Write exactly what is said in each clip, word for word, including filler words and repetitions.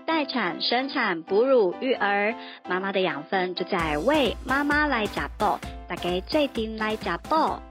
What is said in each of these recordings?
待产、生产、哺乳、育儿，妈妈的养分就在为妈妈来吃饱，大家做阵来吃饱。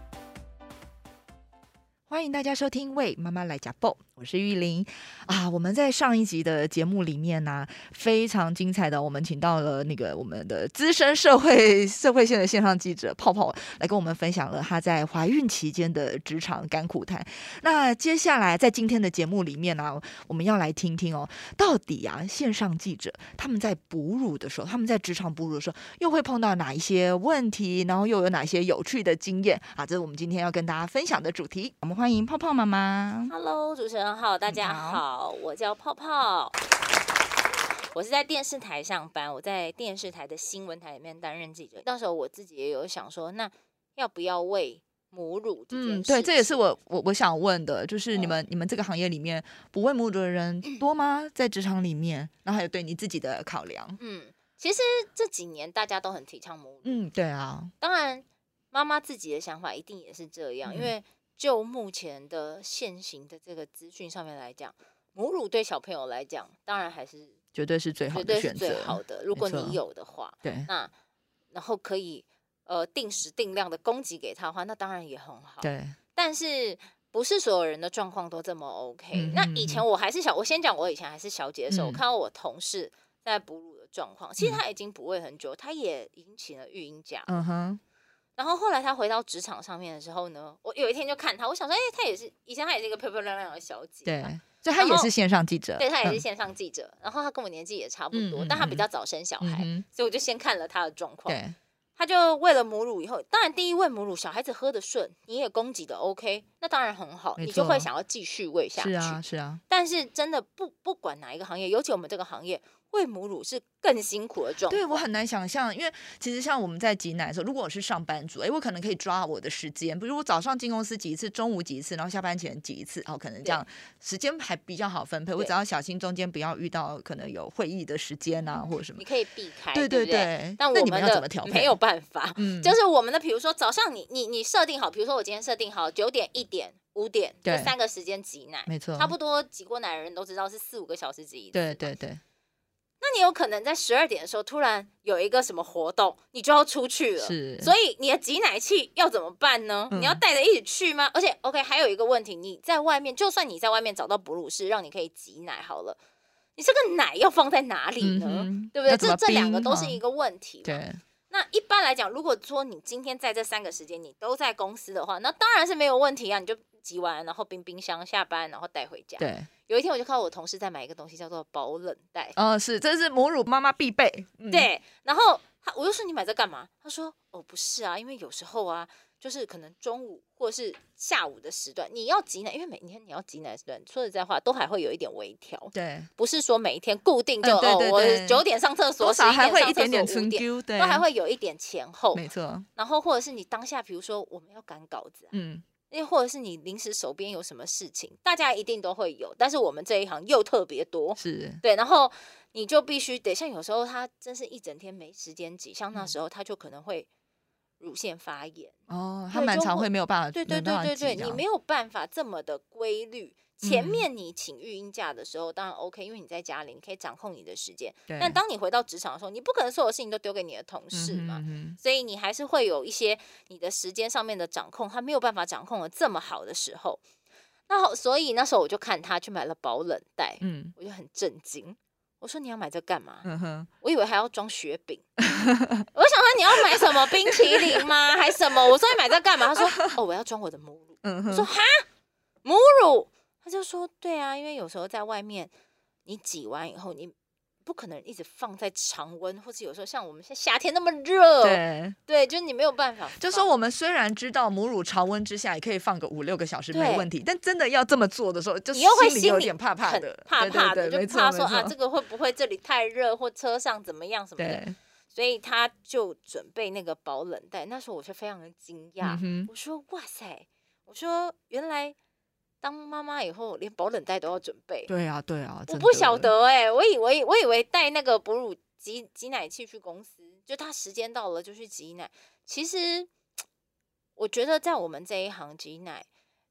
欢迎大家收听为妈妈来吃饱，我是玉玲啊。我们在上一集的节目里面呢、啊，非常精彩的，我们请到了那个我们的资深社会社会线的线上记者泡泡来跟我们分享了她在怀孕期间的职场甘苦谈。那接下来在今天的节目里面呢、啊，我们要来听听哦，到底啊线上记者他们在哺乳的时候，他们在职场哺乳的时候，又会碰到哪一些问题，然后又有哪些有趣的经验啊？这是我们今天要跟大家分享的主题。我们欢迎泡泡妈妈。 Hello， 主持人好，大家好，我叫泡泡，我是在电视台上班，我在电视台的新闻台里面担任记者。那时候我自己也有想说，那要不要喂母乳这件事情？ 嗯，对，这也是我我我想问的，就是你们、嗯、你们这个行业里面不喂母乳的人多吗？在职场里面，然后还有对你自己的考量。 嗯，其实这几年大家都很提倡母乳。 嗯，对啊， 当然妈妈自己的想法一定也是这样，嗯、因为就目前的现行的这个资讯上面来讲，母乳对小朋友来讲，当然还是绝对是最好的选择， 绝对是最好的。如果你有的话， 对， 那然后可以呃定时定量的供给给他的话，那当然也很好。 对， 但是不是所有人的状况都这么 OK、嗯。那以前我还是小，我先讲我以前还是小姐的时候，嗯、我看到我同事在哺乳的状况，其实他已经哺喂很久，他也已经请了育婴假。嗯哼。然后后来他回到职场上面的时候呢，我有一天就看他，我想说，哎、欸，他也是以前他也是一个漂漂亮亮的小姐， 对，所以他也是线上记者， 对他也是线上记者、嗯。然后他跟我年纪也差不多，嗯、但他比较早生小孩、嗯，所以我就先看了他的状况。对，他就喂了母乳以后，当然第一喂母乳，小孩子喝得顺，你也供给的 OK， 那当然很好，你就会想要继续喂下去。 是啊，是啊。 但是真的不不管哪一个行业，尤其我们这个行业。喂母乳是更辛苦的状况， 对我很难想象，因为其实像我们在挤奶的时候，如果我是上班族，哎，我可能可以抓我的时间，比如我早上进公司挤一次，中午挤一次，然后下班前挤一次，哦，可能这样时间还比较好分配。我只要小心中间不要遇到可能有会议的时间啊，或者什么， 你可以避开， 对对 对, 对, 对。 但我们要怎么调配？ 没有办法，嗯，就是我们的，比如说早上你你你设定好，比如说我今天设定好九点、一点、五点，这三个时间挤奶，没错，差不多挤过奶的人都知道是四五个小时挤一次， 对对对。 那你有可能在十二点的时候突然有一个什么活动，你就要出去了， 是， 所以你的挤奶器要怎么办呢？嗯、你要带着一起去吗？而且 ，OK， 还有一个问题，你在外面，就算你在外面找到哺乳室让你可以挤奶好了，你这个奶要放在哪里呢？嗯、对不对？这这两个都是一个问题嘛。 对。 那一般来讲，如果说你今天在这三个时间你都在公司的话，那当然是没有问题啊，你就挤完，然后冰冰箱，下班然后带回家。 对。 有一天我就看到我同事在买一个东西叫做保冷袋， 哦，是，这是母乳妈妈必备。 嗯、对，然后他我就说你买这干嘛？他说哦不是啊，因为有时候啊，就是可能中午或是下午的时段你要挤奶，因为每天你要挤奶的时段，说实在话都还会有一点微调。对，不是说每一天固定就、嗯、对对对哦，我九点上厕所， 多少还会一点点春丢，对， 都还会有一点前后， 没错。 然后或者是你当下，比如说我们要赶稿子、啊，嗯。因为或者是你临时手边有什么事情，大家一定都会有，但是我们这一行又特别多， 是对，然后你就必须得像有时候他真是一整天没时间挤，像那时候他就可能会乳腺发炎哦，他蛮常会没有办法， 对对对对对，你没有办法这么的规律。前面你请育婴假的时候，当然 OK， 因为你在家里，你可以掌控你的时间。但当你回到职场的时候，你不可能所有事情都丢给你的同事嘛，嗯嗯嗯，所以你还是会有一些你的时间上面的掌控，他没有办法掌控的这么好的时候。那所以那时候我就看他去买了保冷袋，嗯，我就很震惊。我说你要买这干嘛？嗯、我以为还要装雪饼，我想说你要买什么冰淇淋吗？还什么？我说你买这干嘛？他说哦，我要装我的母乳。嗯、我说哈，母乳。他就说对啊，因为有时候在外面你挤完以后你不可能一直放在常温，或是有时候像我们现在夏天那么热，对对，就是你没有办法。 就说我们虽然知道母乳常温之下也可以放个五六个小时没问题，但真的要这么做的时候，就你又会心里有点怕怕的， 怕怕的， 对对对， 就怕说啊，这个会不会这里太热，或车上怎么样什么的。所以他就准备那个保冷袋，那时候我就非常的惊讶、嗯，我说哇塞，我说原来。当妈妈以后，连保冷袋都要准备。 对啊，对啊， 我不晓得哎、欸，我以为我以为带那个哺乳挤挤奶器去公司，就他时间到了就去挤奶。其实我觉得在我们这一行挤奶，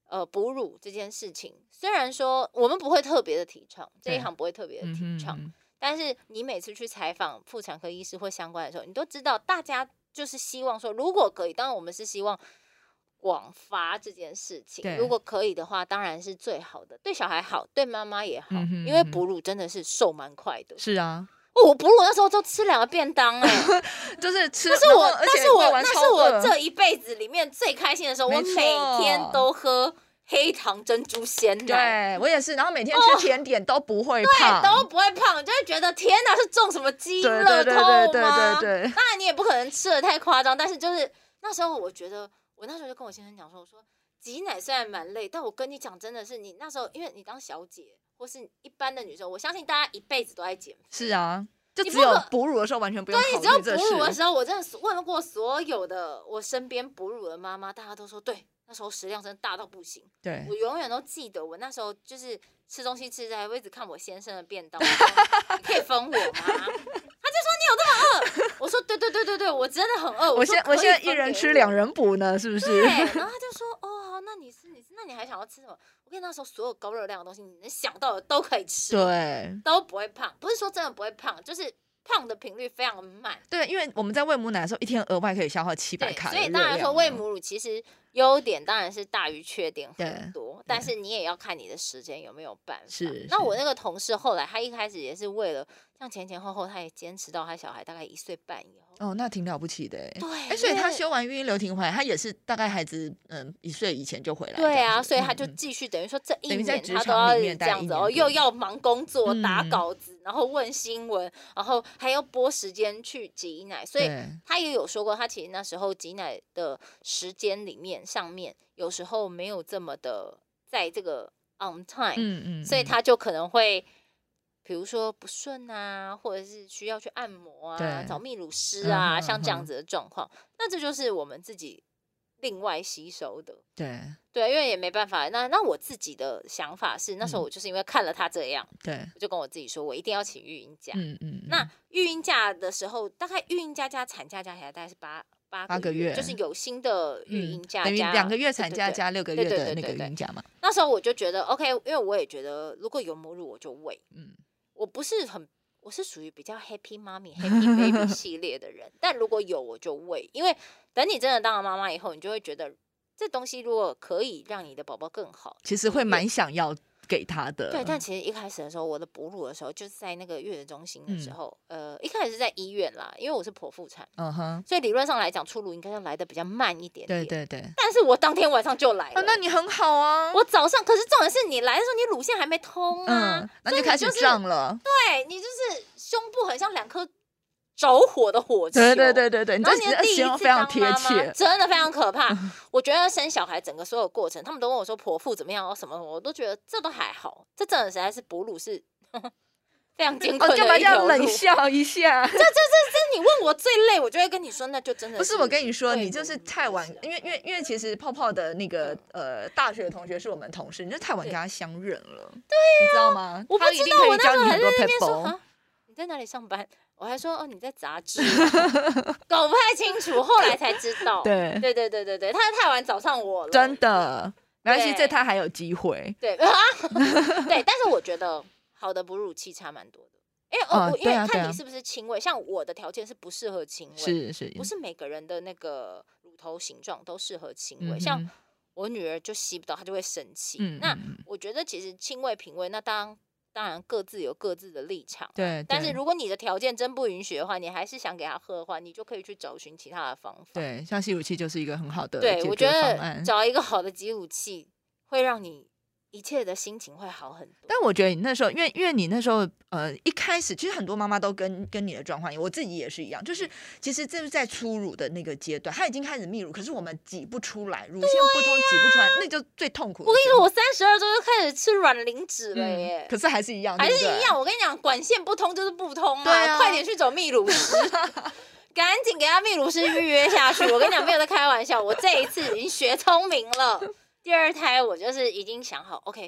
呃哺乳这件事情，虽然说我们不会特别的提倡，这一行不会特别的提倡，嗯、但是你每次去采访妇产科医师或相关的时候，你都知道大家就是希望说，如果可以，当然我们是希望广发这件事情，如果可以的话，当然是最好的，对小孩好，对妈妈也好，嗯、因为哺乳真的是瘦蛮快的。 是啊。 哦、我哺乳那时候就吃两个便当哎、欸， 就是吃。 那是我，那是我，那是我这一辈子里面最开心的时候。我每天都喝黑糖珍珠鲜奶，对我也是。然后每天吃甜点都不会胖， 哦、对，都不会胖，就会觉得天哪，是中什么基因乐透吗？对对对对对对。当然你也不可能吃的太夸张，但是就是那时候我觉得，我那时候就跟我先生讲说，我说挤奶虽然蛮累，但我跟你讲，真的是你那时候，因为你当小姐。或是一般的女生，我相信大家一辈子都在减肥。 是啊，就只有哺乳的时候完全不用考虑这事。 对，只有哺乳的时候，我真的问过所有的我身边哺乳的妈妈，大家都说对，那时候食量真的大到不行。 对， 我永远都记得，我那时候就是吃东西吃着还会一直看我先生的便当，你可以分我吗？他就说你有这么饿？我说对对对对对，我真的很饿。 我现我现在一人吃两人补呢，是不是？ 对，然后他就说哦，那你是你是，那你还想要吃什么？我跟你那时候所有高热量的东西，你能想到的都可以吃， 对， 都不会胖。不是说真的不会胖，就是胖的频率非常的慢。 对，因为我们在喂母奶的时候，一天额外可以消耗七百卡的热量。 所以当然说喂母乳其实优点当然是大于缺点很多，但是你也要看你的时间有没有办法。 是。 那我那个同事后来，他一开始也是为了像前前后后，他也坚持到他小孩大概一岁半以后。 哦，那挺了不起的哎。 对， 哎，所以他休完育婴留停回来，他也是大概孩子嗯一岁以前就回来。 对啊，所以他就继续等于说这一年他都要这样子哦，又要忙工作、打稿子，然后问新闻，然后还要拨时间去挤奶。所以他也有说过，他其实那时候挤奶的时间里面上面有时候没有这么的在这个 on time， 嗯嗯，所以他就可能会。比如说不顺啊，或者是需要去按摩啊，找泌乳师啊，嗯、像这样子的状况，那这就是我们自己另外吸收的。 对对，因为也没办法。那那我自己的想法是，那时候我就是因为看了他这样，对、嗯，我就跟我自己说，我一定要请育婴假。嗯嗯。那育婴假的时候，大概育婴假加产假加起来大概是八八八个月， 就是有薪的育婴假加、 嗯、等于两个月产假加六个月的那个育婴假嘛。 那时候我就觉得 OK， 因为我也觉得如果有母乳我就喂，嗯。我不是很，我是属于比較 happy mommy、happy baby 系列的人，但如果有我就喂，因为等你真的当了妈妈以后，你就会觉得这东西如果可以让你的宝宝更好， 其实会蛮想要给他的。 对，但其实一开始的时候，我的哺乳的时候，就是在那个月子中心的时候，嗯、呃，一开始是在医院啦，因为我是剖腹产，嗯哼，所以理论上来讲，出乳应该要来的比较慢一点点。 对对对。 但是我当天晚上就来了， 啊、那你很好啊。 我早上，可是重点是你来的时候，你乳腺还没通啊，嗯、 那就開始胀了。 对，你就是胸部很像两颗着火的火球。 对对对对对， 然后你的第一次当妈妈非常贴切， 真的非常可怕。我觉得生小孩整个所有过程，他们都问我说剖腹怎么样，什么，我都觉得这都还好。这真的实在是哺乳是呵呵非常艰困的一条路。 干嘛这样冷笑一下？ 这这这这，你问我最累，我就会跟你说，那就真的是。 不是我跟你说，你就是太晚，因为因为因为其实泡泡的那个呃大学的同学是我们同事，你就太晚跟他相认了，对、啊，你知道吗？ 我不知道，我那时候还在那边说啊， 你在哪里上班？我还说哦，你在杂志、啊，搞不太清楚，后来才知道。对对对对对对，他太晚找上我了， 真的。没关系，这他还有机会。 对啊，对，但是我觉得好的哺乳器差蛮多的。因为哦，因为看你是不是亲喂，像我的条件是不适合亲喂， 是是， 不是每个人的那个乳头形状都适合亲喂。像我女儿就吸不到，她就会生气。那我觉得其实亲喂、品喂，那当然。当然各自有各自的立场， 对。 但是如果你的条件真不允许的话，你还是想给他喝的话，你就可以去找寻其他的方法。 对，像吸乳器就是一个很好的解决方案。 对，我觉得找一个好的挤乳器会让你一切的心情会好很多。 但我觉得你那时候，因为因为你那时候呃一开始，其实很多妈妈都跟跟你的状况，我自己也是一样，就是其实这是在初乳的那个阶段，她已经开始泌乳，可是我们挤不出来，乳腺不通，挤不出来，那就最痛苦的。 我跟你说，我三十二周就开始吃卵磷脂了耶、 嗯，可是还是一样， 还是一样。我跟你讲，管线不通就是不通啊，啊快点去找泌乳师。赶紧给他泌乳师预约下去！我跟你讲，没有在开玩笑，我这一次已经学聪明了。第二胎我就是已经想好 ，OK，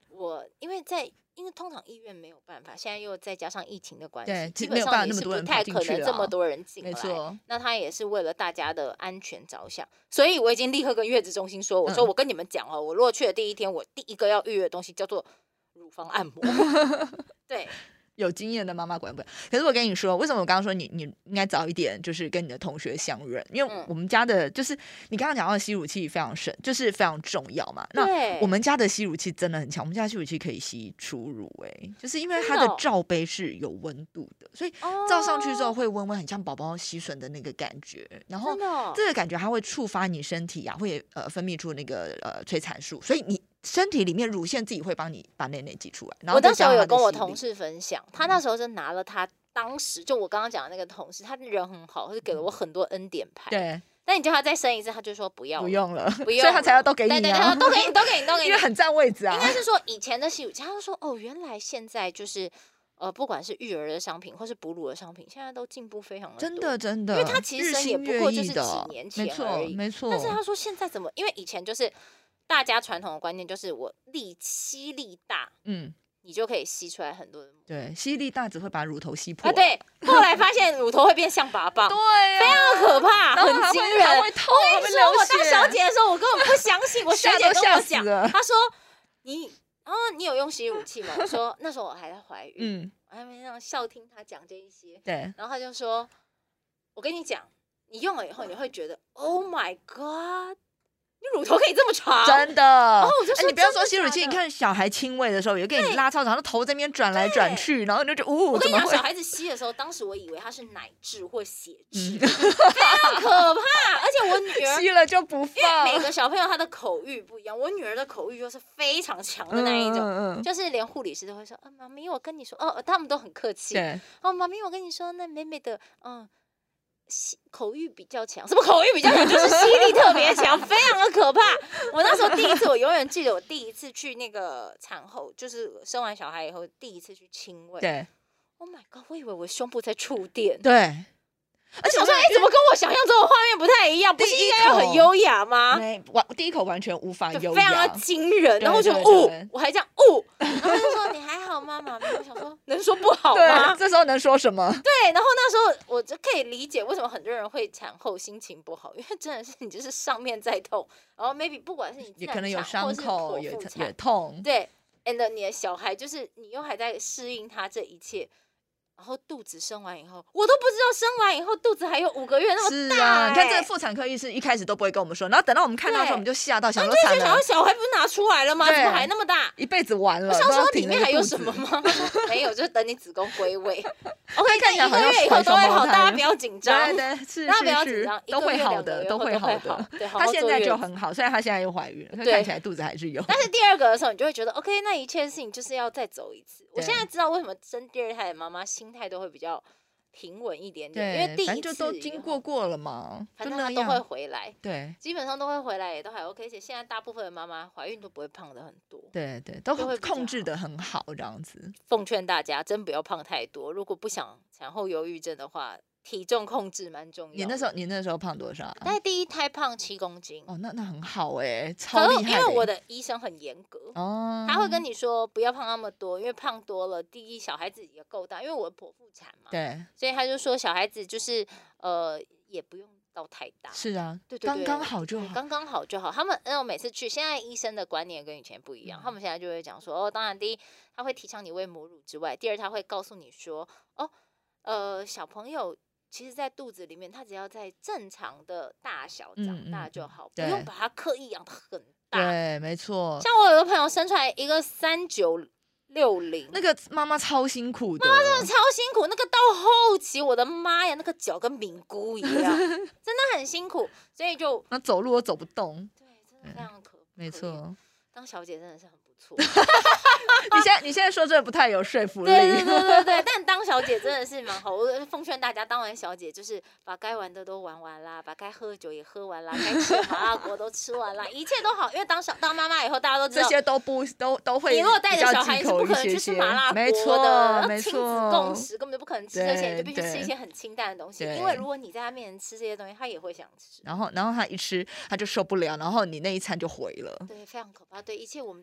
我因为在因为通常医院没有办法，现在又再加上疫情的关系， 对， 基本上你是不太可能这么多人进来。 没错， 那他也是为了大家的安全着想，所以我已经立刻跟月子中心说，我说我跟你们讲哦，嗯、我如果去的第一天，我第一个要预约的东西叫做乳房按摩。对。 有经验的妈妈果然不。可是我跟你说，为什么我刚刚说你你应该早一点就是跟你的同学相认？因为我们家的就是你刚刚讲到的吸乳器非常省，就是非常重要嘛。那我们家的吸乳器真的很强，我们家的吸乳器可以吸初乳、欸，哎，就是因为它的罩杯是有温度的，所以罩上去之后会温温，很像宝宝吸吮的那个感觉。然后这个感觉它会触发你身体啊，会呃分泌出那个呃催产素，所以你。身体里面乳腺自己会帮你把内内挤出来。然后我那时候有跟我同事分享，他那时候就拿了他当时就我刚刚讲的那个同事，他人很好，他就给了我很多恩典牌。 对， 但你叫他再生一次，他就说不要了， 不用了， 不用了， 所以他才要都给你、啊， 对对对，都给你，都给你，都给你， 因为很占位置啊。 应该是说以前的吸乳器，他就说哦，原来现在就是呃，不管是育儿的商品或是哺乳的商品，现在都进步非常的多， 真的真的， 因为他其实也不过就是几年前而已， 没错。 但是他说现在怎么？因为以前就是大家传统的观念就是我力吸力大，嗯。你就可以吸出来很多的母， 对，吸力大只会把乳头吸破啊。对，后来发现乳头会变象拔蚌， 对、啊， 非常可怕，很惊人。 还会痛， 我跟你说，我当小姐的时候，我根本不相信，我学姐跟我讲，她说你啊，你有用吸乳器吗？我说那时候我还在怀孕，嗯，我还没让笑听她讲这一些， 对， 然后她就说，我跟你讲，你用了以后你会觉得 ，Oh my God。你乳头可以这么长， 真的。 然后我就说、 欸，你不要说吸乳器，你看小孩亲喂的时候，也给你拉超长，头在那边转来转去，然后你就觉得，呜、哦， 我跟你讲，小孩子吸的时候，当时我以为他是奶质或血质，嗯、非常可怕。而且我女儿吸了就不放， 因为每个小朋友他的口欲不一样，我女儿的口欲就是非常强的那一种，嗯嗯嗯就是连护理师都会说，啊，妈咪，我跟你说，哦，他们都很客气，哦，妈咪，我跟你说，那美美的，嗯。口欲比较强，什么口欲比较强？就是吸力特别强，非常的可怕。我那时候第一次，我永远记得我第一次去那个产后，就是生完小孩以后第一次去亲喂。 对 ，Oh my god！ 我以为我胸部在触电。 对。 而且我说，哎、欸，怎么跟我想象中的画面不太一样？不是应该要很优雅吗？ 没，完第一口完全无法优雅， 非常的惊人。然后就哦，我还这样哦，然后就说你还好吗，妈咪？我想说，能说不好吗？ 这时候能说什么？ 对，然后那时候我就可以理解为什么很多人会产后心情不好，因为真的是你就是上面在痛，然后 maybe 不管是你也可能有伤口，也也痛， 对 ，and 你的小孩就是你又还在适应他这一切。然后肚子生完以后，我都不知道生完以后肚子还有五个月那么大、欸。 是啊，你看这个妇产科医师一开始都不会跟我们说，然后等到我们看到的时候，我们就吓到，想说惨了。 然后小孩不是拿出来了吗？怎么还那么大？ 一辈子完了。 我想说里面还有什么吗？没有，就是等你子宫归位。OK， 看一个月以后都会好，大家不要紧张。 对对是， 大家不要紧张， 都会好的，都会好的。 对， 她现在就很好，虽然她现在又怀孕了，看起来肚子还是有。 但是第二个的时候，你就会觉得 OK， 那一切事情就是要再走一次。我现在知道为什么生第二胎的妈妈心态都会比较平稳一点点，因为第一次反正就都经过过了嘛， 反正她都会回来， 对， 基本上都会回来，也都还 OK。而且现在大部分的妈妈怀孕都不会胖的很多， 对对，都会控制的很好，这样子。 奉劝大家真不要胖太多，如果不想产后忧郁症的话。体重控制蛮重要的。 你那时候你那时候胖多少、啊？ 但是第一胎胖七公斤。 哦，那那很好哎、欸，超厉害的。 因为我的医生很严格哦，他会跟你说不要胖那么多，因为胖多了，第一小孩子也够大，因为我剖腹产嘛， 对， 所以他就说小孩子就是呃也不用到太大。 是啊， 对对对， 刚刚好就好， 刚刚好就好。他们那我每次去，现在医生的观念跟以前不一样，嗯、他们现在就会讲说哦，当然第一他会提倡你喂母乳之外，第二他会告诉你说哦，呃小朋友。其实，在肚子里面，它只要在正常的大小长大就好，嗯嗯、不用把它刻意养得很大。 对，没错。 像我有个朋友生出来一个三九六零， 那个妈妈超辛苦的， 妈妈真的超辛苦。那个到后期，我的妈呀，那个脚跟敏菇一样，真的很辛苦。所以就那走路都走不动。 对，真的非常可。 没错， 当小姐真的是很不错。 你现在你现在说这不太有说服力， 对对对对对，但当小姐真的是蛮好。我奉劝大家，当完小姐就是把该玩的都玩完啦，把该喝的酒也喝完啦，该吃的麻辣锅都吃完啦，一切都好。因为当小当妈妈以后，大家都知道这些都不都都会。 你如果带着小孩，是不可能去吃麻辣锅的， 没错没错， 亲子共食根本就不可能吃这些，你就必须吃一些很清淡的东西。因为如果你在他面前吃这些东西，他也会想吃。 然后然后他一吃他就受不了，然后你那一餐就毁了。 对，非常可怕。对，一切我们就是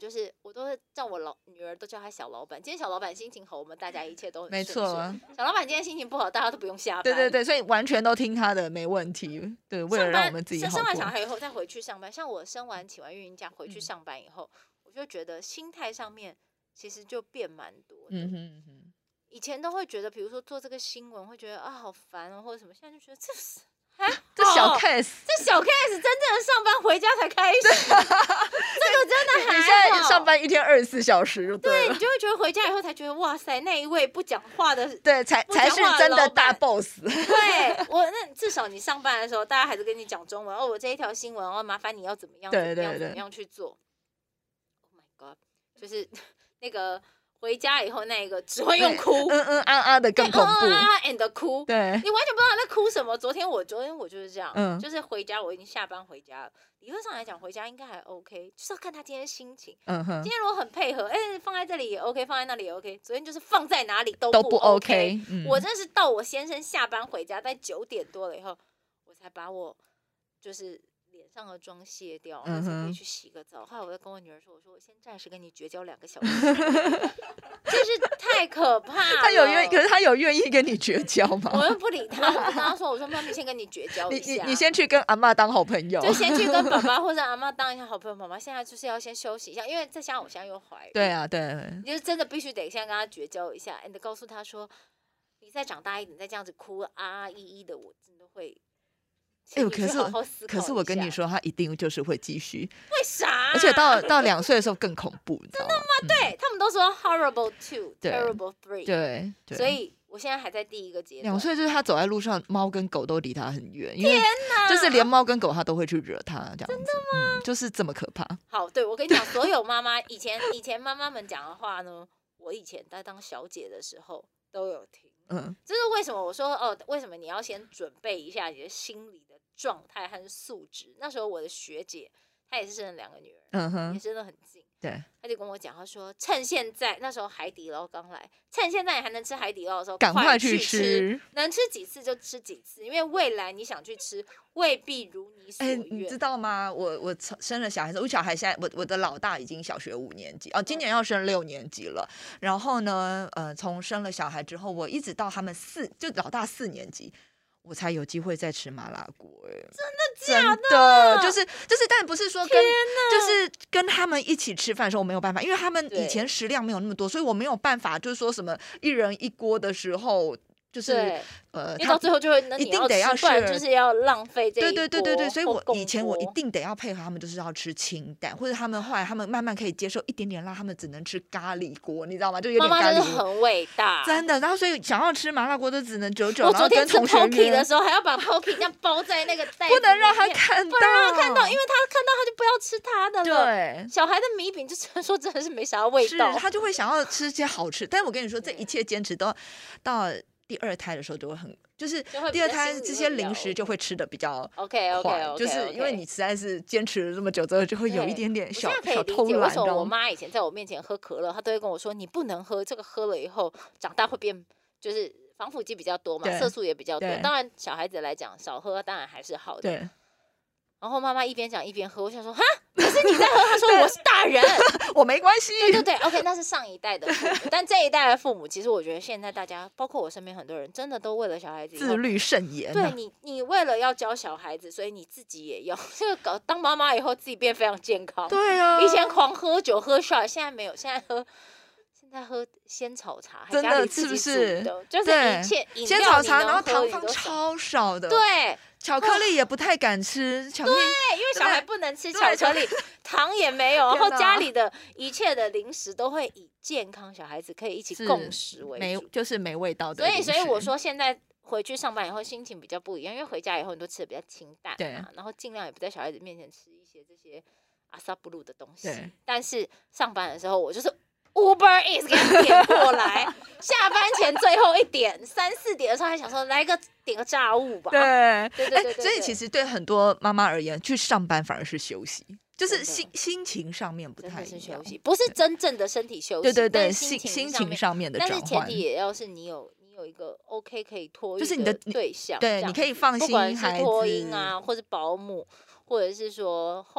我都会叫我老女儿都叫她小老板。今天小老板心情好，我们大家一切都很没错。 小老板今天心情不好，大家都不用下班。 对对对，所以完全都听她的，没问题。对，为了让我们自己好过。 生完小孩以后再回去上班，像我生完请完孕婴假回去上班以后，嗯、我就觉得心态上面其实就变蛮多的。嗯哼哼。以前都会觉得，比如说做这个新闻，会觉得啊好烦哦，或者什么，现在就觉得这是。啊， 这小 case， 这小 case 真正的上班回家才开始，这个真的还好。 你现在上班一天二十四小时就对了， 对，你就会觉得回家以后才觉得哇塞，那一位不讲话的， 对，才才是真的大 boss。 对我，那至少你上班的时候，大家还是跟你讲中文哦，我这一条新闻哦，麻烦你要怎么样，怎么样，怎么样去做。Oh my god， 就是那个。回家以后，那个只会用哭， 嗯嗯啊啊的更恐怖， 嗯嗯啊 and 哭， 对， 你完全不知道他在哭什么。昨天我，昨天我就是这样， 嗯， 就是回家，我已经下班回家了。理论上来讲，回家应该还 OK， 就是要看他今天心情。 嗯哼， 今天如果很配合，哎、欸，放在这里也 OK， 放在那里也 OK。昨天就是放在哪里都不 OK，, 都不 OK、 嗯、 我真是到我先生下班回家，在九点多了以后，我才把我就是。脸上的妆卸掉，然后才可以去洗个澡。后来我在跟我女儿说：“我说我先暂时跟你绝交两个小时，就是太可怕了。” 他有愿，可是他有愿意跟你绝交吗？ 我又不理他，我就跟他说：“我说妈咪先跟你绝交一下， 你你你先去跟阿嬷当好朋友， 就先去跟爸爸或者阿嬷当一下好朋友。妈妈现在就是要先休息一下，因为再加上我现在又怀孕。 对啊，对， 你就真的必须得先跟他绝交一下。你得告诉他说，你再长大一点，再这样子哭啊啊依依的，我真的会。” 哎、欸，可是可是我跟你说，他一定就是会继续。 为啥？ 而且到到两岁的时候更恐怖，你知道吗？ 真的吗？嗯、对他们都说 horrible two, terrible three。 对，对所以我现在还在第一个阶段。 两岁就是他走在路上，猫跟狗都离他很远，因为天哪， 就是连猫跟狗他都会去惹他，这样子。 真的吗？ 嗯、就是这么可怕。 好，对我跟你讲，所有妈妈以前以前妈妈们讲的话呢，我以前在当小姐的时候都有听。嗯，这是为什么？我说哦，为什么你要先准备一下你的心理的状态和素质？那时候我的学姐，她也是生了两个女儿，嗯哼，也生得很近。 对， 她就跟我讲，她说趁现在那时候海底捞刚来，趁现在你还能吃海底捞的时候， 赶快去吃， 能吃几次就吃几次，因为未来你想去吃，未必如你所愿。 欸、你知道吗？我我生了小孩，我小孩现在我我的老大已经小学五年级哦，今年要升六年级了。嗯、然后呢，呃，从生了小孩之后，我一直到他们四，就老大四年级。我才有机会再吃麻辣锅，哎， 真的假的？ 真的就是就是，但不是说跟就是跟他们一起吃饭的时候我没有办法，因为他们以前食量没有那么多，所以我没有办法，就是说什么一人一锅的时候。就是呃， 因为到最后就会一定得要吃，就是要浪费这一锅。 对对对对对，所以我以前我一定得要配合他们，就是要吃清淡，或者他们后来他们慢慢可以接受一点点辣，他们只能吃咖喱锅，你知道吗？就有点咖喱。 妈妈真的很伟大， 真的。然后所以想要吃麻辣锅都只能久久。 我昨天吃 Pocky 的时候，还要把 Pocky 这样包在那个袋子， 不能让他看到， 不能让他看到，因为他看到他就不要吃他的了。 对， 小孩的米饼就说真的是没啥味道， 是他就会想要吃些好吃。但是我跟你说，这一切坚持都到。第二胎的时候就会很，就是第二胎这些零食就会吃的比较 OK OK， 就是因为你实在是坚持了这么久之后，就会有一点点小小偷懒。 为什么我妈以前在我面前喝可乐，她都会跟我说你不能喝，这个喝了以后长大会变，就是防腐剂比较多嘛，色素也比较多。当然小孩子来讲少喝当然还是好的。 对。 然后妈妈一边讲一边喝，我想说哈，可是你在喝，她说我是大人， 我没关系。 对对对 ，OK， 那是上一代的父母，但这一代的父母，其实我觉得现在大家，包括我身边很多人，真的都为了小孩子自律甚严、啊。 对你，你为了要教小孩子，所以你自己也要这个搞。当妈妈以后，自己变非常健康。 对啊， 以前狂喝酒喝 shot， 现在没有，现在喝。现在喝仙草茶， 真的是不是？ 就是一切仙草茶，然后糖放超少的， 对， 巧克力也不太敢吃，巧克力对，因为小孩不能吃巧克力，糖也没有，然后家里的一切的零食都会以健康小孩子可以一起共食为主， 没就是没味道的。 所以，所以我说现在回去上班以后心情比较不一样，因为回家以后你都吃的比较清淡嘛，然后尽量也不在小孩子面前吃一些这些阿萨布鲁的东西。但是上班的时候，我就是。Uber Eats 给他点过来，下班前最后一点，三四点的时候还想说来个点个炸物吧。 对对对 对, 对， 所以其实对很多妈妈而言，去上班反而是休息，就是心心情上面不太一样， 是休息，不是真正的身体休息。 对对对， 心心情上面的转换， 但是前提也要是你有你有一个 OK 可以托育， 就是你的对象， 对，你可以放心孩子， 不管是托婴啊，或者保姆，或者是说后。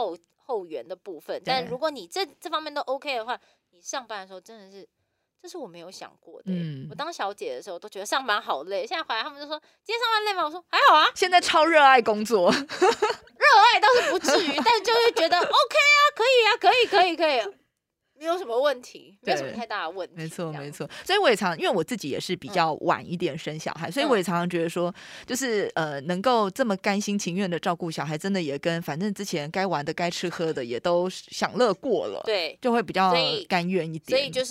后援的部分。但如果你这这方面都 OK 的话，你上班的时候真的是。这是我没有想过的、欸嗯。我当小姐的时候都觉得上班好累，现在回来他们就说今天上班累吗？我说还好啊。 现在超热爱工作，热爱倒是不至于，但就会觉得 OK 啊，可以啊，可以，可以，可以。没有什么问题，没有什么太大的问题。 没错，没错。所以我也常，因为我自己也是比较晚一点生小孩，嗯、所以我也常常觉得说，就是呃，能够这么甘心情愿的照顾小孩，真的也跟反正之前该玩的、该吃喝的也都享乐过了， 对， 就会比较甘愿一点。 所以就是。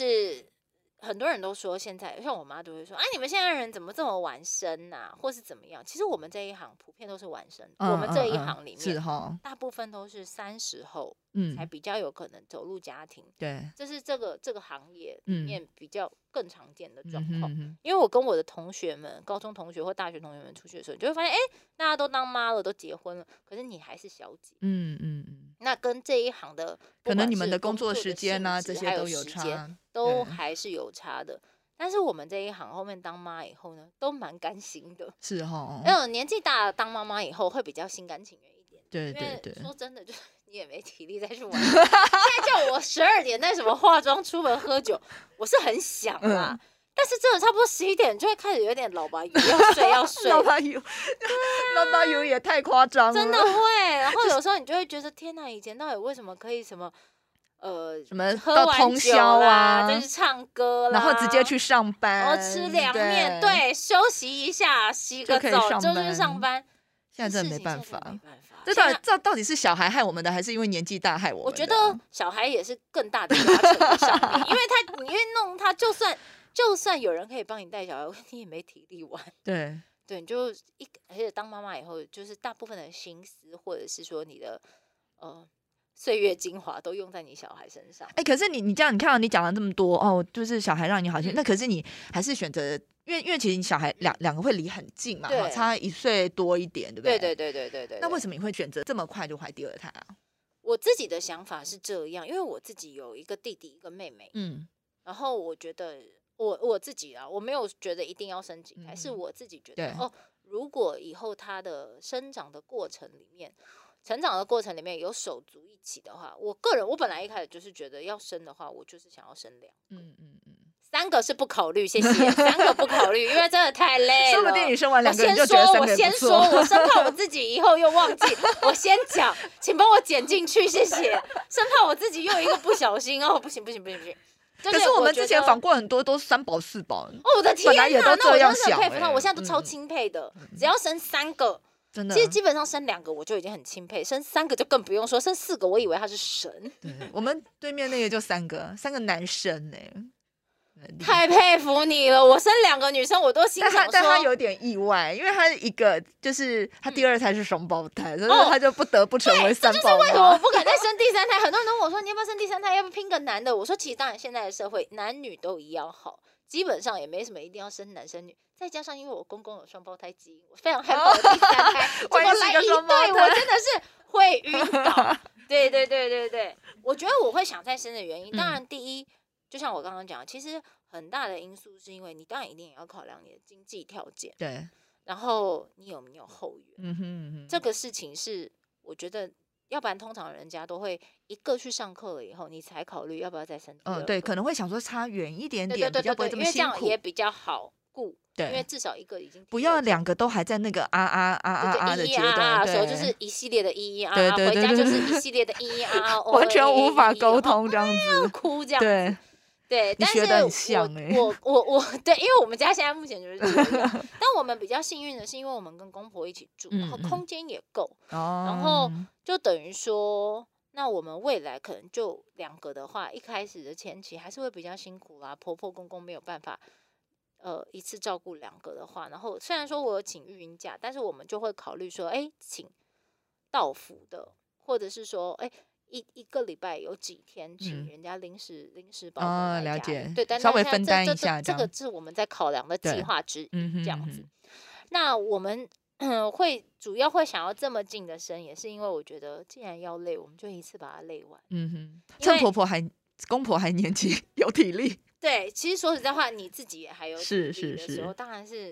很多人都说现在像我妈都会说，哎，你们现在人怎么这么晚生啊，或是怎么样？其实我们这一行普遍都是晚生，嗯、我们这一行里面、嗯、大部分都是三十后，嗯，才比较有可能走入家庭。对，这是这个这个行业里面比较更常见的状况。嗯、因为我跟我的同学们，高中同学或大学同学们出去的时候，你就会发现，哎，大家都当妈了，都结婚了，可是你还是小姐。嗯嗯嗯。那跟这一行的可能你们的工作时间啊，这些都有差， 都还是有差的。但是我们这一行后面当妈以后呢，都蛮甘心的。 是哦， 因为年纪大了当妈妈以后会比较心甘情愿一点。 对对对。 说真的，就你也没体力再去玩。现在叫我十二点那什么化妆出门喝酒，我是很想啦。嗯，但是真的差不多十一点就会开始有点老把油，要睡要睡。 老把油，老把油也太夸张了。 真的会，然后有时候你就会觉得，天哪，以前到底为什么可以什么？呃， 什么到通宵啊， 再去唱歌啦， 然后直接去上班， 然后吃凉面，对，对，休息一下，洗个澡就去上班。 现在真的没办法，没办法。这到底这到底是小孩害我们的，还是因为年纪大害我们的？ 我觉得小孩也是更大的压力在上面，因为他你越弄他，就算就算有人可以帮你带小孩，你也没体力玩。 对对，你就一而且当妈妈以后，就是大部分的心思，或者是说你的呃。岁月精华都用在你小孩身上。 哎、欸，可是你你这样，你看到你讲了这么多哦，就是小孩让你好心、嗯，那可是你还是选择，因为因为其实你小孩两两个会离很近嘛，差一岁多一点，对不对？ 对对对对对对。 那为什么你会选择这么快就怀第二胎啊？ 我自己的想法是这样，因为我自己有一个弟弟一个妹妹，嗯，然后我觉得我我自己啊，我没有觉得一定要生几胎，嗯、是我自己觉得哦，如果以后他的生长的过程里面。成长的过程里面有手足一起的话，我个人我本来一开始就是觉得要生的话，我就是想要生两个，嗯嗯嗯，三个是不考虑，谢谢，三个不考虑，因为真的太累了。 说不定你生完两个人就觉得三个也不错。 我先说，我生怕我自己以后又忘记，我先讲，请帮我剪进去，谢谢。生怕我自己又一个不小心哦，不行不行不行不行。 可是我们之前访过很多都是三宝四宝， 哦我的天哪， 那我真的很佩服他，我现在都超钦佩的，只要生三个。 真的其实基本上生两个我就已经很钦佩，生三个就更不用说，生四个我以为他是神。 对，我们对面那个就三个，三个男生呢、 欸，太佩服你了！我生两个女生我都心想说， 但 他, 但他有点意外，因为他一个就是他第二胎是双胞胎，所以、嗯、他就不得不成为三宝妈。 这就是为什么我不敢再生第三胎。很多人都问我说，你要不要生第三胎？要不要拼个男的？我说其实当然现在的社会男女都一样好。基本上也没什么一定要生男生女，再加上因为我公公有双胞胎基因，我非常害怕我第三胎结果来一对，我真的是会晕倒。对对对对对，我觉得我会想再生的原因，当然第一，就像我刚刚讲，其实很大的因素是因为你当然一定也要考量你的经济条件， 对， 然后你有没有后援， 嗯哼嗯哼， 这个事情是我觉得。要不然通常人家都会一个去上课了以后，你才考虑要不要再生第二个。 嗯，对，可能会想说差远一点点， 对对对对对， 比较不会这么辛苦， 因为这样也比较好顾。对，因为至少一个已经不要两个都还在那个啊啊啊啊啊的阶段的时候，就是一系列的咿咿啊啊，回家就是一系列的咿咿啊啊， 完全无法沟通这样子， 哭这样子。 对。 对，但是我我我我对，因为我们家现在目前就是这样，但我们比较幸运的是，因为我们跟公婆一起住，然后空间也够，嗯、然后就等于说，那我们未来可能就两个的话，一开始的前期还是会比较辛苦啦，婆婆公公没有办法，呃，一次照顾两个的话，然后虽然说我有请育婴假，但是我们就会考虑说，哎，请到府的，或者是说，哎。一一个礼拜有几天请人家临时、嗯、临时保姆来家里、 哦、了解， 对，但稍微分担一下这，这个是我们在考量的计划之一，这样子。嗯、那我们、嗯、会主要会想要这么近的生，也是因为我觉得既然要累，我们就一次把它累完。 嗯哼，趁婆婆还公婆还年轻有体力。 对，其实说实在话，你自己也还有体力的时候， 是是是， 当然是。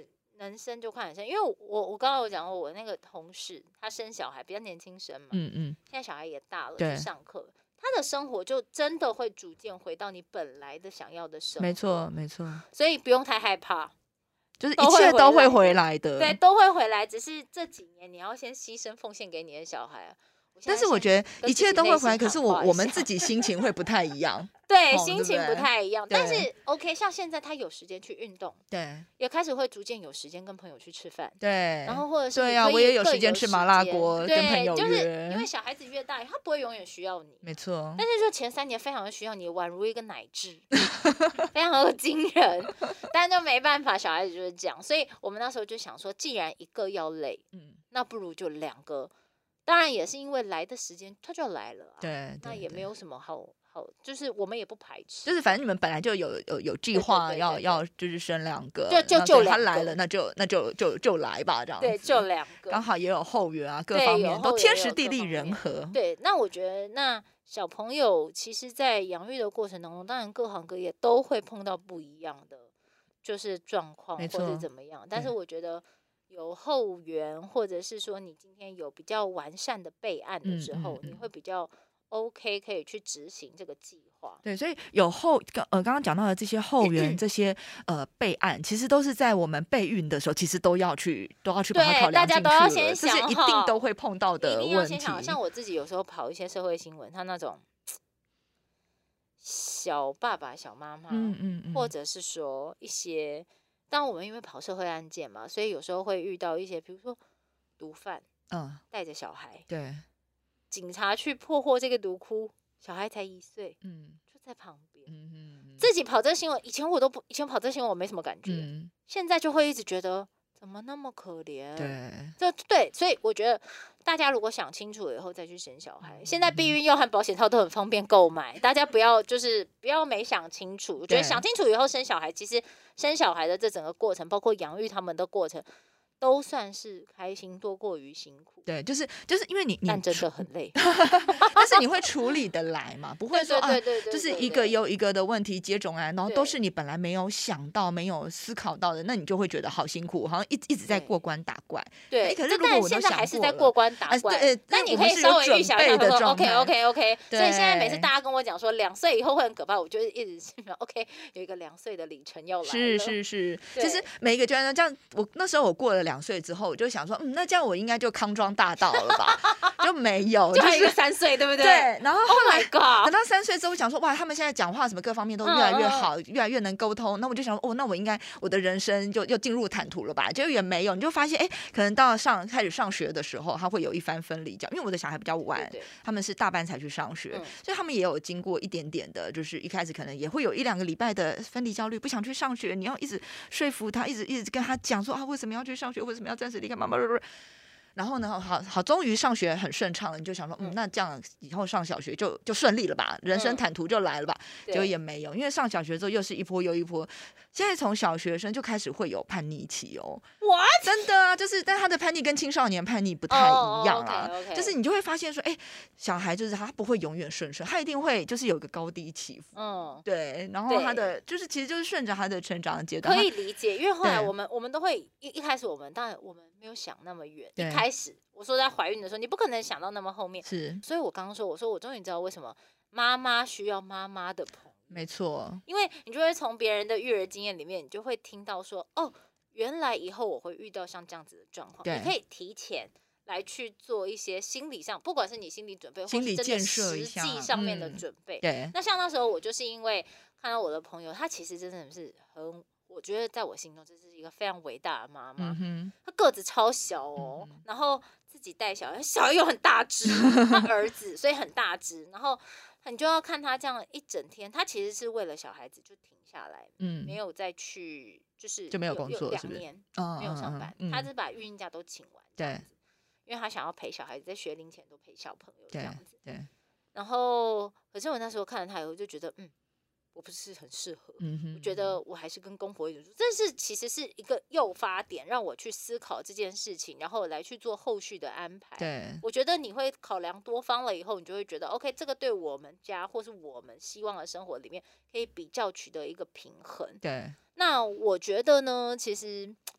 能生就快点生，因为我我刚刚有讲过，我那个同事他生小孩比较年轻生嘛，嗯嗯，现在小孩也大了，去上课，他的生活就真的会逐渐回到你本来的想要的生活， 没错没错， 所以不用太害怕， 就是一切都会回来的， 对，都会回来，只是这几年你要先牺牲奉献给你的小孩啊。 但是我觉得一切都会回来，可是我我们自己心情会不太一样。 对，心情不太一样。但是 OK， 像现在他有时间去运动， 对， 也开始会逐渐有时间跟朋友去吃饭， 对， 然后或者是对啊，我也有时间吃麻辣锅，跟朋友约。 就是因为小孩子越大，他不会永远需要你， 没错。 但是就前三年非常的需要你，宛如一个奶汁，非常的惊人。但就没办法，小孩子就是这样，所以我们那时候就想说，既然一个要累，嗯，那不如就两个。当然也是因为来的时间他就要来了、啊， 对， 那也没有什么好好，就是我们也不排斥， 就是反正你们本来就有有有计划要要就是生两个， 就就就他来了，那就那就就就来吧，这样子， 对，就两个， 刚好也有后援啊，各方面都天时地利人和。 对，那我觉得那小朋友其实，在养育的过程当中，当然各行各业都会碰到不一样的就是状况或者怎么样，但是我觉得。有后援，或者是说你今天有比较完善的备案的时候，嗯嗯嗯、你会比较 OK， 可以去执行这个计划。 对，所以有后呃刚刚讲到的这些后援、这些呃备案，其实都是在我们备孕的时候，其实都要去都要去把它考量进去了，大家都要先想好，这是一定都会碰到的问题。一定要先想好， 像我自己有时候跑一些社会新闻，他那种小爸爸、小妈妈，嗯嗯嗯，或者是说一些。当我们因为跑社会案件嘛，所以有时候会遇到一些，比如说毒贩，嗯，带着小孩， 对， 警察去破获这个毒窟，小孩才一岁，嗯，就在旁边，嗯嗯，自己跑这个新闻，以前我都不，以前跑这个新闻我没什么感觉，嗯，现在就会一直觉得怎么那么可怜， 对， 就对，所以我觉得大家如果想清楚了以后再去生小孩，嗯、现在避孕药和保险套都很方便购买，大家不要就是不要没想清楚，我觉得想清楚以后生小孩，其实生小孩的这整个过程，包括养育他们的过程。都算是开心多过于辛苦， 对，就是就是因为你，你但真的很累， 但是你会处理得来嘛？不会说啊，就是一个又一个的问题接踵来，然后都是你本来没有想到、没有思考到的，那你就会觉得好辛苦，好像一一直在过关打怪。 对， 欸、可是如果我现在还是在过关打怪，呃、那你可以稍微预想一下说 ，OK OK OK。所以现在每次大家跟我讲说两岁以后会很可怕，我就一直是 OK， 有一个两岁的里程要来了。 是是是，其实每一个阶段这样，我那时候我过了两。两岁之后，我就想说，嗯，那这样我应该就康庄大道了吧？就没有， 就还有一个三岁，对不对？ 对。然后后来、 oh、God 等到三岁之后，我想说，哇，他们现在讲话什么各方面都越来越好，嗯、越来越能沟通。那我就想说，哦，那我应该我的人生就又进入坦途了吧？结果也没有，你就发现，哎，可能到上开始上学的时候，他会有一番分离教，因为我的小孩比较晚，对对他们是大班才去上学，嗯、所以他们也有经过一点点的，就是一开始可能也会有一两个礼拜的分离焦虑，不想去上学，你要一直说服他，一直一直跟他讲说啊，为什么要去上学？为什么要暂时离开妈妈？然后呢，好好，终于上学很顺畅了，你就想说，嗯，那这样以后上小学就就顺利了吧，人生坦途就来了吧？结果也没有，因为上小学之后又是一波又一波。现在从小学生就开始会有叛逆期哦， What? 真的啊，就是但他的叛逆跟青少年叛逆不太一样啊， oh, okay, okay. 就是你就会发现说，哎，小孩就是他不会永远顺顺，他一定会就是有个高低起伏，嗯，对，然后他的就是其实就是顺着他的成长的阶段， 可以理解，因为后来我们我们都会一一开始我们当然我们没有想那么远，一开始我说在怀孕的时候，你不可能想到那么后面， 是， 所以我刚刚说，我说我终于知道为什么妈妈需要妈妈的朋友。 没错， 因为你就会从别人的育儿经验里面，你就会听到说，哦，原来以后我会遇到像这样子的状况，你可以提前来去做一些心理上，不管是你心理准备， 心理建设或是真的实际上面的准备。 嗯、对， 那像那时候我就是因为看到我的朋友，他其实真的是很，我觉得在我心中这是一个非常伟大的妈妈。嗯、她个子超小哦，嗯、然后自己带小孩，小孩又很大只，他儿子所以很大只，然后。你就要看他这样一整天，他其实是为了小孩子就停下来，嗯，没有再去，就是就没有工作， 两年没有上班， 嗯、 他是把孕婴假都请完， 对， 因为他想要陪小孩子，在学龄前都陪小朋友这样子， 对。对然后，可是我那时候看了他以后，就觉得，嗯，我不是很适合，嗯哼，我觉得我还是跟公婆一起住，这是其实是一个诱发点，让我去思考这件事情，然后来去做后续的安排。 对， 我觉得你会考量多方了以后，你就会觉得 ，OK， 这个对我们家或是我们希望的生活里面，可以比较取得一个平衡。 对， 那我觉得呢，其实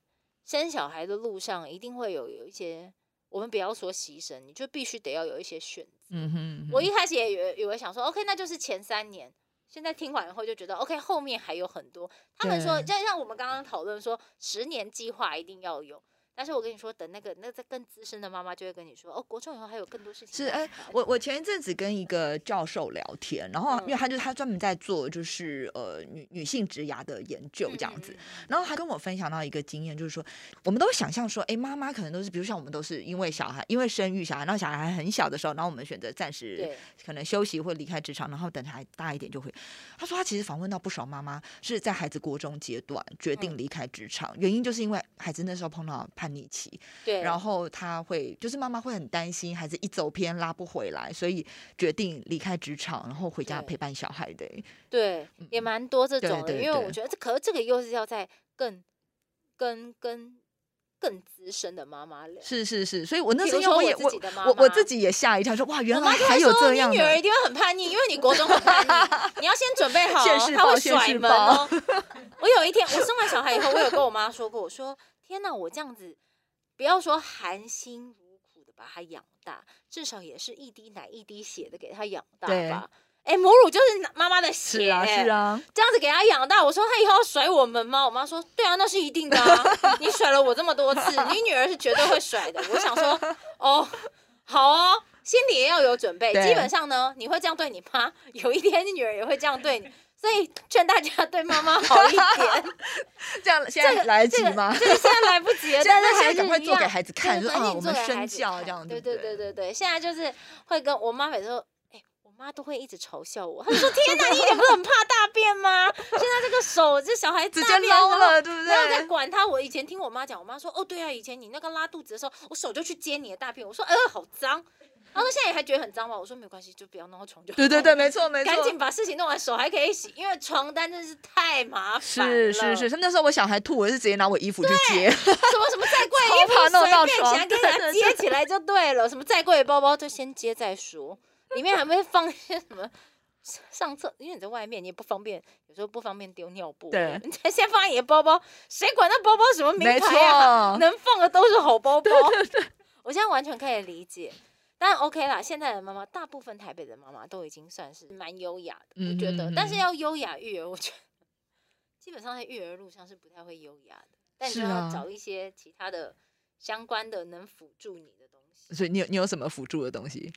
生小孩的路上一定会有有一些，我们不要说牺牲，你就必须得要有一些选择。嗯哼嗯哼，我一开始也以以为想说 ，OK， 那就是前三年。现在听完以后就觉得 OK， 后面还有很多。他们说，就像我们刚刚讨论说，十年计划一定要有。但是我跟你说，等那个那个更资深的妈妈就会跟你说，哦，国中以后还有更多事情。 是，哎、欸，我我前一阵子跟一个教授聊天，然后因为他就他专门在做就是呃女女性职涯的研究这样子，嗯、然后他跟我分享到一个经验，就是说我们都想象说，哎、欸，妈妈可能都是，比如像我们都是因为小孩，因为生育小孩，然后小孩还很小的时候，然后我们选择暂时可能休息或离开职场，然后等孩子大一点就会。他说他其实访问到不少妈妈是在孩子国中阶段决定离开职场，嗯、原因就是因为孩子那时候碰到叛逆期。 对， 然后他会就是妈妈会很担心孩子一走偏拉不回来，所以决定离开职场，然后回家陪伴小孩的。 对，嗯、也蛮多这种的， 对对对， 因为我觉得这可是这个又是要在更跟跟更资深的妈妈聊。 是是是，所以我那时候我也我自己的妈妈我我自己也吓一跳，说哇，原来还有这样的。 你女儿一定会很叛逆，因为你国中很叛逆，你要先准备好，她会甩门哦。我有一天我生完小孩以后，我有跟我妈说过，我说天哪，我这样子。不要说含辛茹苦的把他养大，至少也是一滴奶一滴血的给他养大吧。哎，母乳就是妈妈的血， 是啊是啊， 这样子给他养大。我说他以后要甩我们吗？我妈说对啊，那是一定的啊。你甩了我这么多次，你女儿是绝对会甩的。我想说哦，好哦，心里也要有准备。基本上呢，你会这样对你妈，有一天你女儿也会这样对你。所以劝大家对妈妈好一点， 这样现在来得及吗？ 这个、这个、现在来不及了，但是还是赶快做给孩子看， 说啊，我们身教这样子。 对对对对对，现在就是会跟我妈每次说，哎、欸，我妈都会一直嘲笑我，她就说：“天哪，你一点不是很怕大便吗？现在这个手，这小孩直接捞了，对不对？ 没有在管他。”我以前听我妈讲，我妈说：“哦，对啊，以前你那个拉肚子的时候，我手就去接你的大便。”我说：“呃，好脏。”然后现在也还觉得很脏嘛，我说没关系，就不要弄到床就好。 对对对，没错没错， 赶紧把事情弄完，手还可以洗，因为床单真的是太麻烦了。 是是是，那时候我小孩吐，我是直接拿我衣服去接， 什么什么再贵的衣服随便起来给它接起来就对了，什么再贵的包包就先接再说，里面还没放一些什么。上厕，因为你在外面，你也不方便，有时候不方便丢尿布。 对， 你先放你的包包，谁管那包包什么名牌啊？能放的都是好包包。 对对对， 我现在完全可以理解。但 OK 啦，现在的妈妈，大部分台北的妈妈都已经算是蛮优雅的，嗯、我觉得。但是要优雅育儿，我觉得基本上在育儿路上是不太会优雅的。但你就要找一些其他的相关的能辅助你的东西。 所以你有你有什么辅助的东西？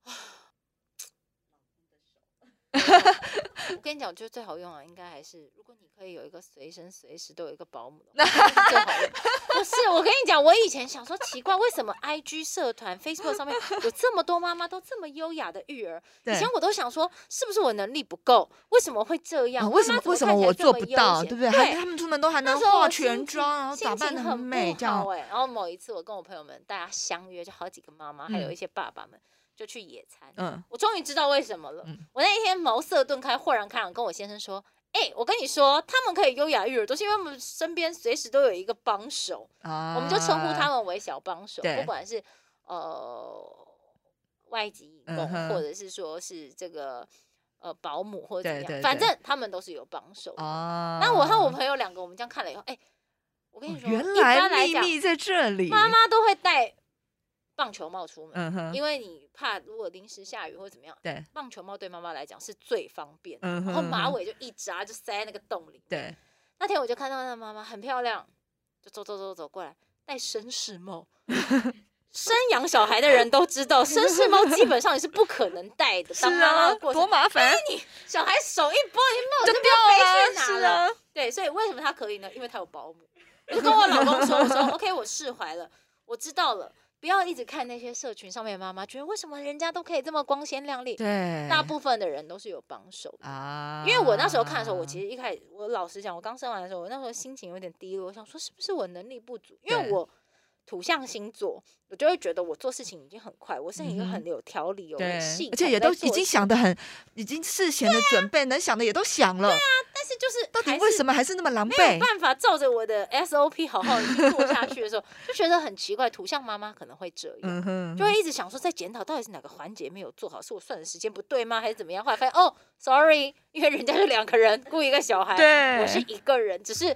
我跟你讲，就最好用啊，应该还是如果你可以有一个随身随时都有一个保姆的话，最好用。不是，我跟你讲，我以前想说奇怪，为什么 I G 社团、Facebook 上面有这么多妈妈都这么优雅的育儿？以前我都想说，是不是我能力不够？为什么会这样？ 啊、为什么为什么我做不到？对不对？对，他们出门都还能化全妆，然后打扮得很美，这样。 哎，然后某一次我跟我朋友们大家相约，就好几个妈妈，还有一些爸爸们。就去野餐，嗯，我终于知道为什么了。嗯、我那一天茅塞顿开，豁然开朗，跟我先生说：“哎、欸，我跟你说，他们可以优雅育儿，都是因为我们身边随时都有一个帮手，啊、我们就称呼他们为小帮手，不管是呃外籍义工，嗯、或者是说是这个呃保姆或者怎么样，对对对，反正他们都是有帮手的。啊、那我和我朋友两个，我们这样看了以后，哎、欸，我跟你说， 哦、原来秘密在这里， 妈妈都会带。”棒球帽出门，嗯、因为你怕如果临时下雨或者怎么样，对，棒球帽对妈妈来讲是最方便的，嗯、然后马尾就一扎就塞在那个洞里面。对，那天我就看到那妈妈很漂亮，就走走走走过来，戴绅士帽。生养小孩的人都知道，绅士帽基本上你是不可能戴的，当妈妈的过程多麻烦。 你小孩手一拨，你帽子就不要飞去哪了。啊、对，所以为什么他可以呢？因为他有保姆。我就跟我老公说，我说 OK， 我释怀了，我知道了。不要一直看那些社群上面的妈妈，觉得为什么人家都可以这么光鲜亮丽？对，大部分的人都是有帮手的啊。因为我那时候看的时候，我其实一开始，我老实讲，我刚生完的时候，我那时候心情有点低落，我想说是不是我能力不足？因为我土象星座，我就会觉得我做事情已经很快，我是一个很有条理、有系统， 而且也都已经想得很，已经事前的准备，能想的也都想了。 对啊，但是就是到底为什么还是那么狼狈？ 没有办法照着我的 S O P 好好的做下去的时候，就觉得很奇怪。土象妈妈可能会这样，嗯、就会一直想说，在检讨到底是哪个环节没有做好，是我算的时间不对吗，还是怎么样？后来发现哦 ，sorry， 因为人家是两个人顾一个小孩，我是一个人，只是。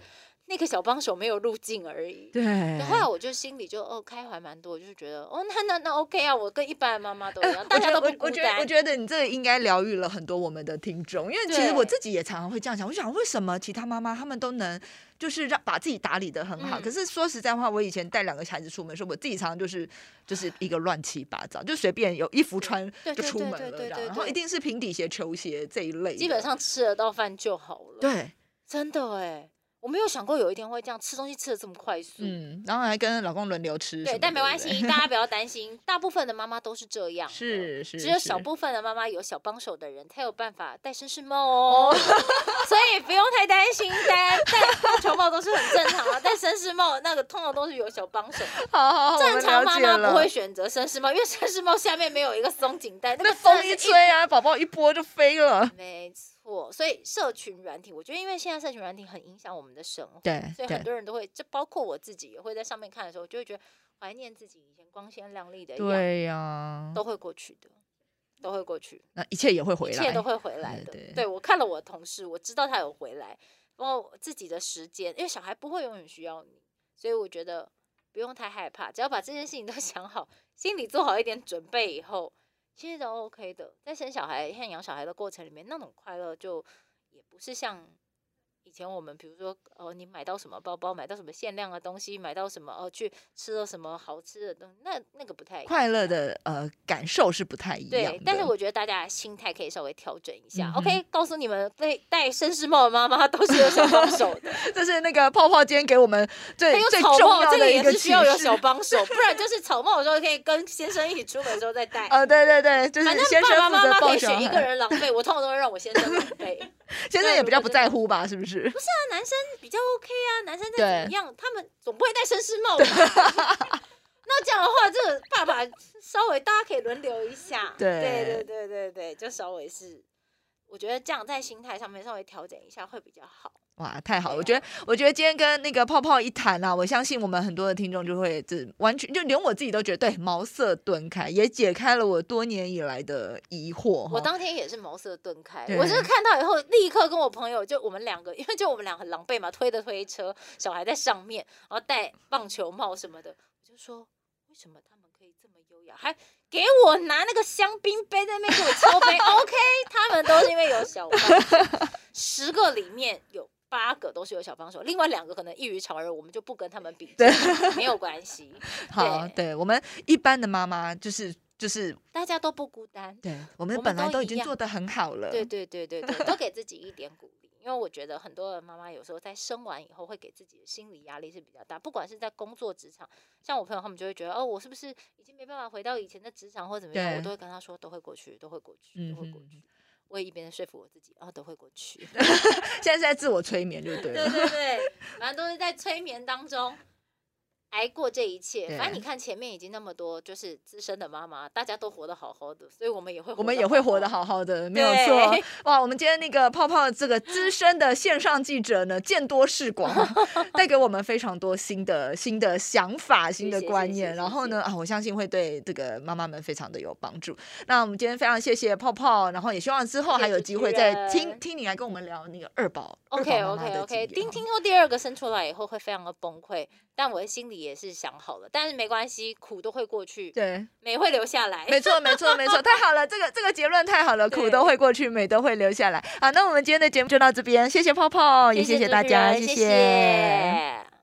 那个小帮手没有路径而已。 对， 后来我就心里就哦开怀蛮多，就是觉得哦那那那 OK 啊，我跟一般的妈妈都一样，大家都不孤单。 我觉得我觉得你这个应该疗愈了很多我们的听众，因为其实我自己也常常会这样想，我想为什么其他妈妈她们都能就是让把自己打理得很好，嗯、可是说实在话，我以前带两个孩子出门的时候，我自己常常就是就是一个乱七八糟，就随便有衣服穿就出门了这样，然后一定是平底鞋、球鞋这一类的， 基本上吃得到饭就好了。 对， 真的哎。我没有想过有一天会这样吃东西吃的这么快速， 嗯，然后还跟老公轮流吃， 对，但没关系，大家不要担心，大部分的妈妈都是这样， 是是， 只有小部分的妈妈有小帮手的人，她有办法戴绅士帽哦，所以不用太担心，戴戴棒球帽都是很正常的，戴绅士帽那个通常都是有小帮手， 好好好， 正常妈妈不会选择绅士帽，因为绅士帽下面没有一个松紧带，那个风一吹啊，宝宝一拨就飞了， 没错。所以社群软体，我觉得因为现在社群软体很影响我们的生活， 对， 所以很多人都会，就包括我自己也会在上面看的时候，就会觉得怀念自己以前光鲜亮丽的样子， 对呀、啊， 都会过去的，都会过去， 那一切也会回来， 一切都会回来的。对, 对, 对我看了我的同事，我知道他有回来，包括自己的时间，因为小孩不会永远需要你，所以我觉得不用太害怕，只要把这件事情都想好，心里做好一点准备以后，其实都 OK 的。在生小孩、和养小孩的过程里面，那种快乐就。也不是像以前我们，比如说，哦，你买到什么包包，买到什么限量的东西，买到什么，哦，去吃了什么好吃的东西，那那个不太一样， 快乐的呃感受是不太一样的。 对，但是我觉得大家心态可以稍微调整一下。嗯、OK， 告诉你们，对戴绅士帽的妈妈都是有小帮手的。 这是那个泡泡今天给我们最最重要的一个启示，这个也是需要有小帮手，不然就是草帽的时候可以跟先生一起出门的时候再戴。 呃，对对对，就是先生爸爸妈妈可以选一个人狼狈，我通常都会让我先生狼狈。 先生也比较不在乎吧，是不是？ 不是啊，男生比较 OK 啊，男生再怎么样，他们总不会戴绅士帽吧？那这样的话，这个爸爸稍微大家可以轮流一下，对对对对对对，就稍微是，我觉得这样在心态上面稍微调整一下会比较好。 哇，太好了！我觉得，我觉得今天跟那个泡泡一谈啊，我相信我们很多的听众就会，这完全就连我自己都觉得，对，茅塞顿开，也解开了我多年以来的疑惑。 我当天也是茅塞顿开，我是看到以后立刻跟我朋友，就我们两个，因为就我们俩很狼狈嘛，推的推车，小孩在上面，然后戴棒球帽什么的，我就说，为什么他们可以这么优雅，还给我拿那个香槟杯在那边给我敲杯？OK， 他们都是因为有小帮手，十个里面有。八个都是有小帮手，另外两个可能异于常人，我们就不跟他们比，没有关系。 好，对我们一般的妈妈就是就是大家都不孤单， 对我们本来都已经做得很好了。 对对对对对，都给自己一点鼓励，因为我觉得很多的妈妈有时候在生完以后会给自己的心理压力是比较大，不管是在工作职场，像我朋友他们就会觉得哦，我是不是已经没办法回到以前的职场或怎么样，我都会跟他说都会过去，都会过去，都会过去。嗯我也一边说服我自己，哦，都会过去。 现在是在自我催眠，就对了。 对对对，反正都是在催眠当中挨过这一切。反正你看前面已经那么多，就是资深的妈妈，大家都活得好好的，所以我们也会活得好好， 我们也会活得好好的，没有错。哇，我们今天那个泡泡这个资深的线上记者呢，见多识广，带给我们非常多新的新的想法、新的观念。然后呢，啊，我相信会对这个妈妈们非常的有帮助。那我们今天非常谢谢泡泡，然后也希望之后还有机会再听听你来跟我们聊那个二宝。 OK OK OK， 听听说第二个生出来以后会非常的崩溃，但我的心里也是想好了，但是没关系，苦都会过去， 对， 美会留下来。 没错没错没错，太好了，这个这个结论太好了，苦都会过去，美都会留下来。好，那我们今天的节目就到这边，谢谢泡泡，也谢谢大家，谢谢。谢谢。